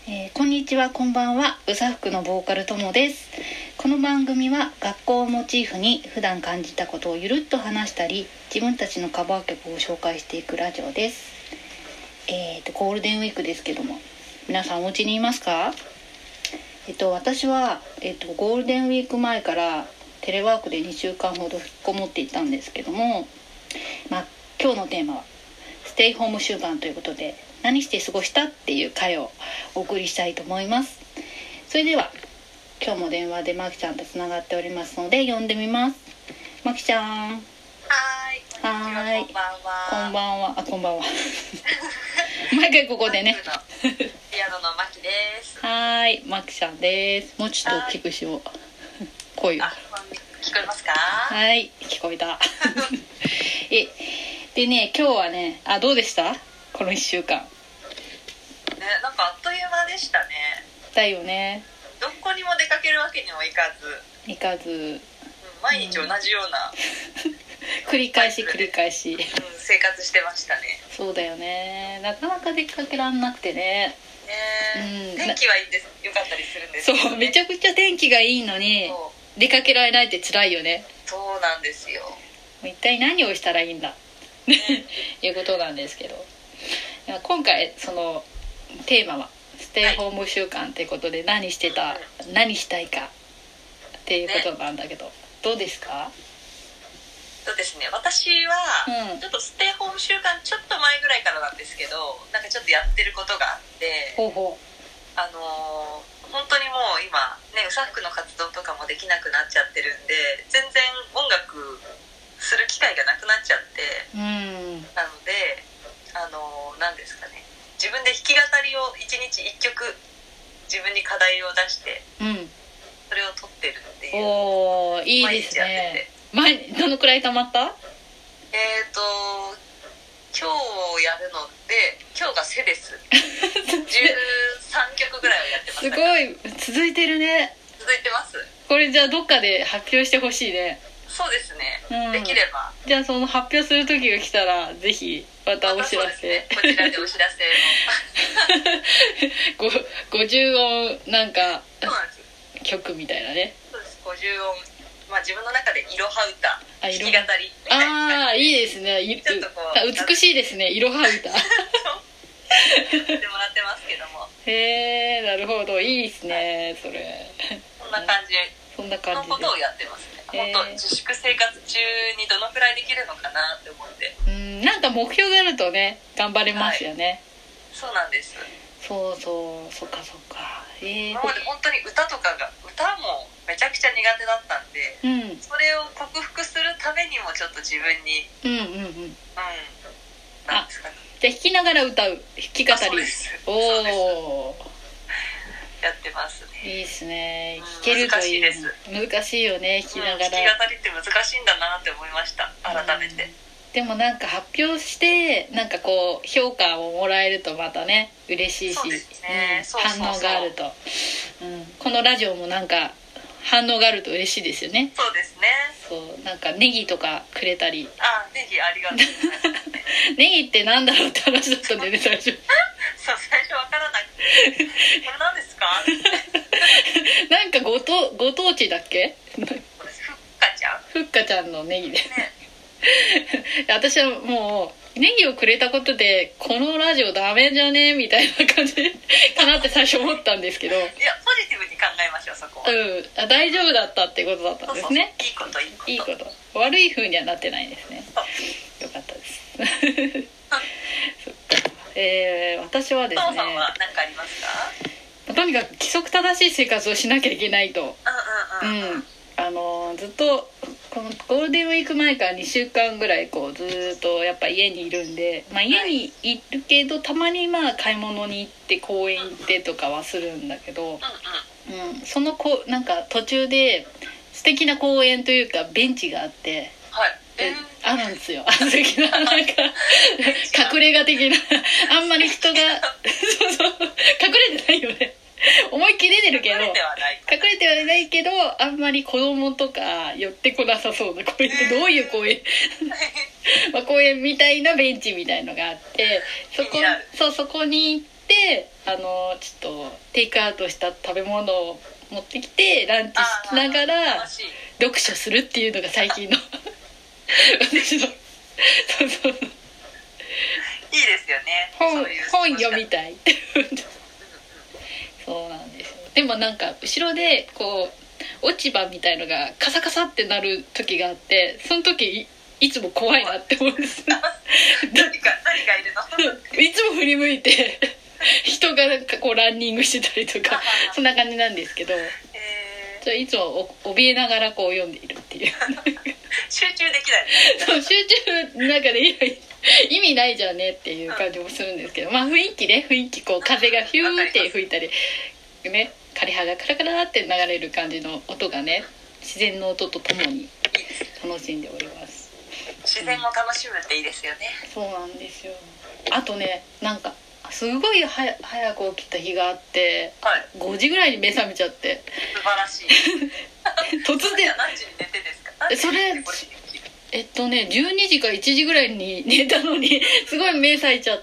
こんにちは、こんばんは。うさふくのボーカルともです。この番組は学校をモチーフに普段感じたことをゆるっと話したり、自分たちのカバー曲を紹介していくラジオです。ゴールデンウィークですけども、皆さんお家にいますか？私は、ゴールデンウィーク前からテレワークで2週間ほど引っこもっていたんですけども、今日のテーマはステイホーム週間ということで、何して過ごしたっていう回をお送りしたいと思います。それでは今日も電話でまきちゃんとつながっておりますので呼んでみます。まきちゃん。 はい、こんにちは。こんばんは。 こんばんは。こんばんは。毎回ここでね。 ピアノのまきです。 はい、まきちゃんです。もうちょっと大きくしよう。声を。 聞こえますか？ はい、聞こえた。でね、今日はね、どうでした？この1週間。 ね、なんかあっという間でしたね。 だよね。 どこにも出かけるわけにもいかず、毎日同じような、 繰り返し、生活してましたね。 そうだよね。なかなか出かけらんなくてね。 天気はいいです。よかったりするんですけどね。 そう、めちゃくちゃ天気がいいのに出かけられないって辛いよね。 そうなんですよ。 一体何をしたらいいんだいうことなんですけど、今回そのテーマはステイホーム週間っていうことで、何したいかっていうことなんだけど、どうですか？ そうですね、私はちょっとステイホーム週間ちょっと前ぐらいからなんですけど、なんかちょっとやってることがあって、本当にもう今ね、うさふくの活動とかもできなくなっちゃってるんで、全然音楽する機会がなくなっちゃって、なので何ですかね、自分で弾き語りを1日1曲自分に課題を出して、それを撮ってるっていう。 おー、いいですね。どのくらい溜まった？ 今日やるので、今日がセです13曲ぐらいをやってます。 すごい続いてるね。 続いてます。 これじゃあどっかで発表してほしいね。 そうですね、できれば。じゃあその発表する時が来たらぜひまたお知らせ、 ね、こちらでお知らせの50音なんか曲みたいなね。 そうです、50音、自分の中でいろは歌、弾き語りみたいな。 いいですね。ちょっとこう美しいですね、いろは歌やってもらってますけども。 へえ、なるほど、いいですね、それ。 そんな感じのことをやってますね。本当自粛生活中にどのくらいできるのかなって思って。 なんか目標があるとね、頑張れますよね。 そうなんです。 そっか。 今まで本当に歌もめちゃくちゃ苦手だったんで、それを克服するためにもちょっと自分になんですかね。 じゃあ弾きながら歌う、弾き語り。 そうです。やってますね。いいですね。弾けるといい。難しいよね、弾きながら。 弾き語りって難しいんだなって思いました、改めて。 でもなんか発表してなんかこう評価をもらえるとまたね嬉しいし、 そうですね、 反応があると、このラジオもなんか反応があると嬉しいですよね。 そうですね。 そう、なんかネギとかくれたり。 ネギありがとうございます、 ネギってなんだろうって話だったんでね、最初。 そう、最初わからなくてこれ何ですかなんかご当地だっけ？ ふっかちゃんのネギですね。私はもうネギをくれたことでこのラジオダメじゃねみたいな感じかなって最初思ったんですけど、いやポジティブに考えましょう、そこは。 大丈夫だったってことだったんですね。 そういいこと。 悪い風にはなってないですね。よかったですそっか。私はですね、 父さんは何かありますか？ とにかく規則正しい生活をしなきゃいけないと。ずっとこのゴールデンウィーク前から2週間ぐらいこうずっとやっぱ家にいるんで、家にいるけどたまに買い物に行って公園行ってとかはするんだけど、そのなんか途中で素敵な公園というかベンチがあって、あるんですよ。素敵ななんか隠れ家的なあんまり人がそう隠れてないよね。思いっきり出てるけど、隠れてはないけど、あんまり子供とか寄ってこなさそうな公園ってどういう公園公園みたいなベンチみたいのがあって、そこに行ってちょっとテイクアウトした食べ物を持ってきてランチしながら読書するっていうのが最近の私のそうそういいですよね。 本読みたいそうなんですよ。でもなんか後ろでこう落ち葉みたいのがカサカサってなる時があって、その時いつも怖いなって思うんです何がいるのいつも振り向いて人がなんかこうランニングしてたりとかそんな感じなんですけど、いつも怯えながらこう読んでいるっていう集中できないそう集中の中で意味ないじゃんねっていう感じもするんですけど、まあ雰囲気こう風がヒューって吹いたりね、枯葉がカラカラって流れる感じの音がね、自然の音とともに楽しんでおります。 自然を楽しむっていいですよね。 そうなんですよ。あとね、なんかすごい早く起きた日があって、はい、5時ぐらいに目覚めちゃって。 素晴らしい突然何時に寝てですか？ それ12時か1時ぐらいに寝たのにすごい目咲いちゃって、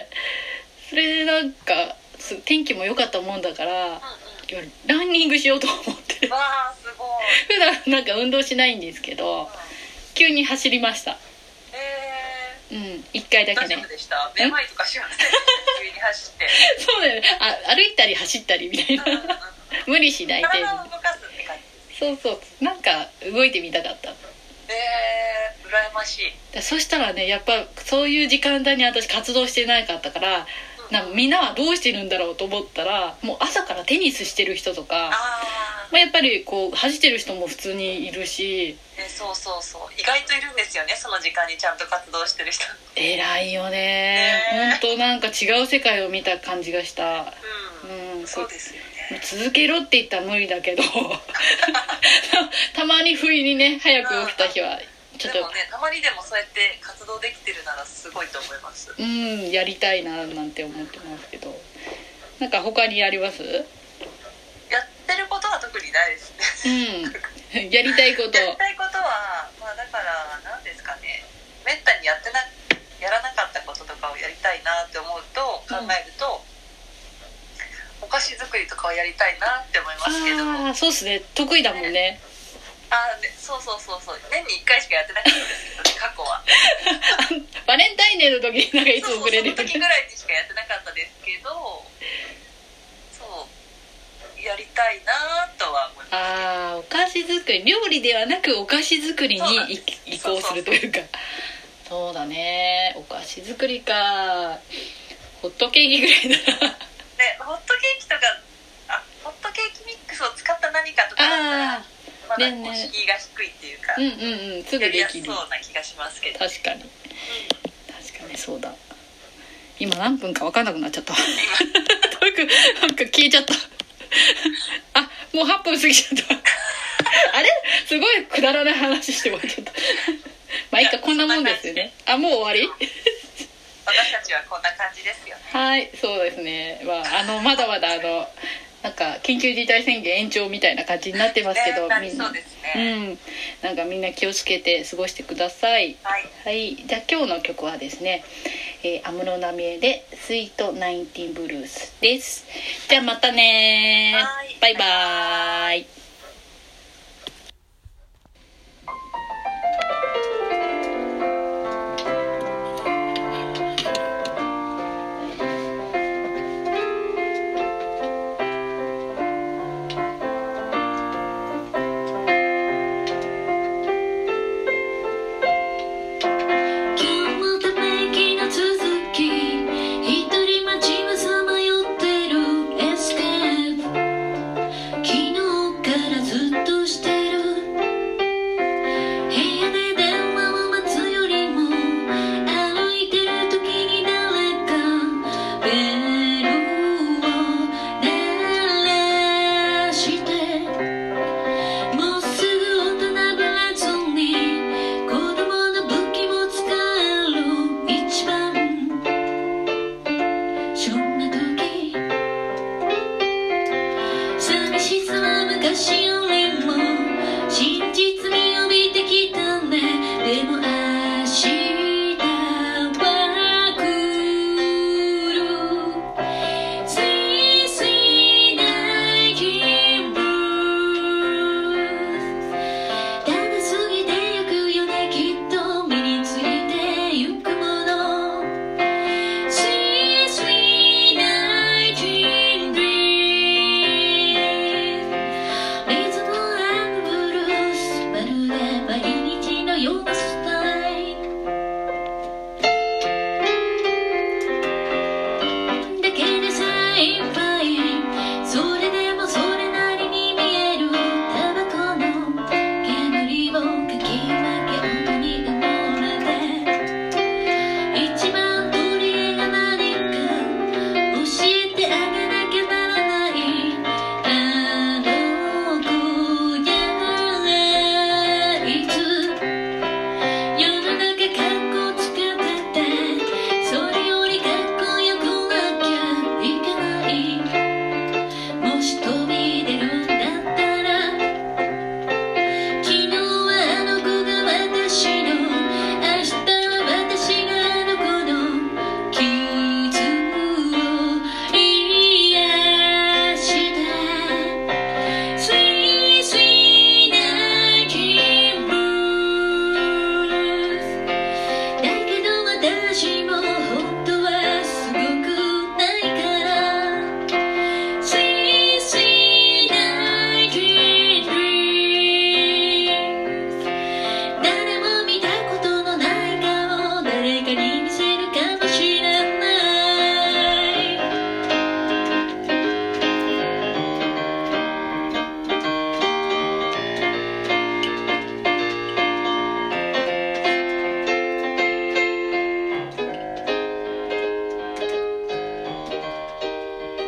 それでなんか天気も良かったもんだから、ランニングしようと思ってわあすごい。 普段なんか運動しないんですけど、急に走りました。1回だけね。 大丈夫でした？めまいとかしません？急に走ってそうだよね。歩いたり走ったりみたいな無理しない程度。 体を動かすって感じです。 そうなんか動いてみたかった。 羨ましい。 そしたらね、やっぱそういう時間帯に私活動してなかったから、みんなはどうしてるんだろうと思ったら、もう朝からテニスしてる人とか、やっぱりこう走ってる人も普通にいるし、 そう意外といるんですよね、その時間にちゃんと活動してる人。 偉いよね。本当なんか違う世界を見た感じがした。 そうですよね。 続けろって言ったら無理だけどたまに不意にね早く起きた日はちょっと、 でもね、たまにでもそうやって活動できてるならすごいと思います。 やりたいななんて思ってますけど、なんか他にあります？ やってることは特にないですね。やりたいことは、だから何ですかね、めったにやらなかったこととかをやりたいなって思うと、考えると、お菓子作りとかをやりたいなって思いますけど。 そうですね、得意だもんね。 そう年に1回しかやってなかったですけどね、過去はバレンタインデーの時になんかいつもくれるその時ぐらいにしかやってなかったですけど、やりたいなとは思います。 お菓子作り、料理ではなくお菓子作りに移行するというか。そうだね、お菓子作りか。ホットケーキぐらいだなね、ホットケーキとかホットケーキミックスを使った何かとかだったらまだ敷居が低いっていうか、 すぐできる、 やりやすそうな気がしますけど。 確かにそうだ。今何分か分かんなくなっちゃったなんか消えちゃったもう8分過ぎちゃったあれすごいくだらない話してもらっちゃったまあいいか、こんなもんですよね。もう終わり私たちはこんな感じですよね。 はい、そうですね。まだまだなんか緊急事態宣言延長みたいな感じになってますけど、 みんなそうですね。 なんかみんな気をつけて過ごしてください。はい。じゃあ今日の曲はですね、安室奈美恵でスイートナインティーンブルースです。じゃあまたね。バイバーイ。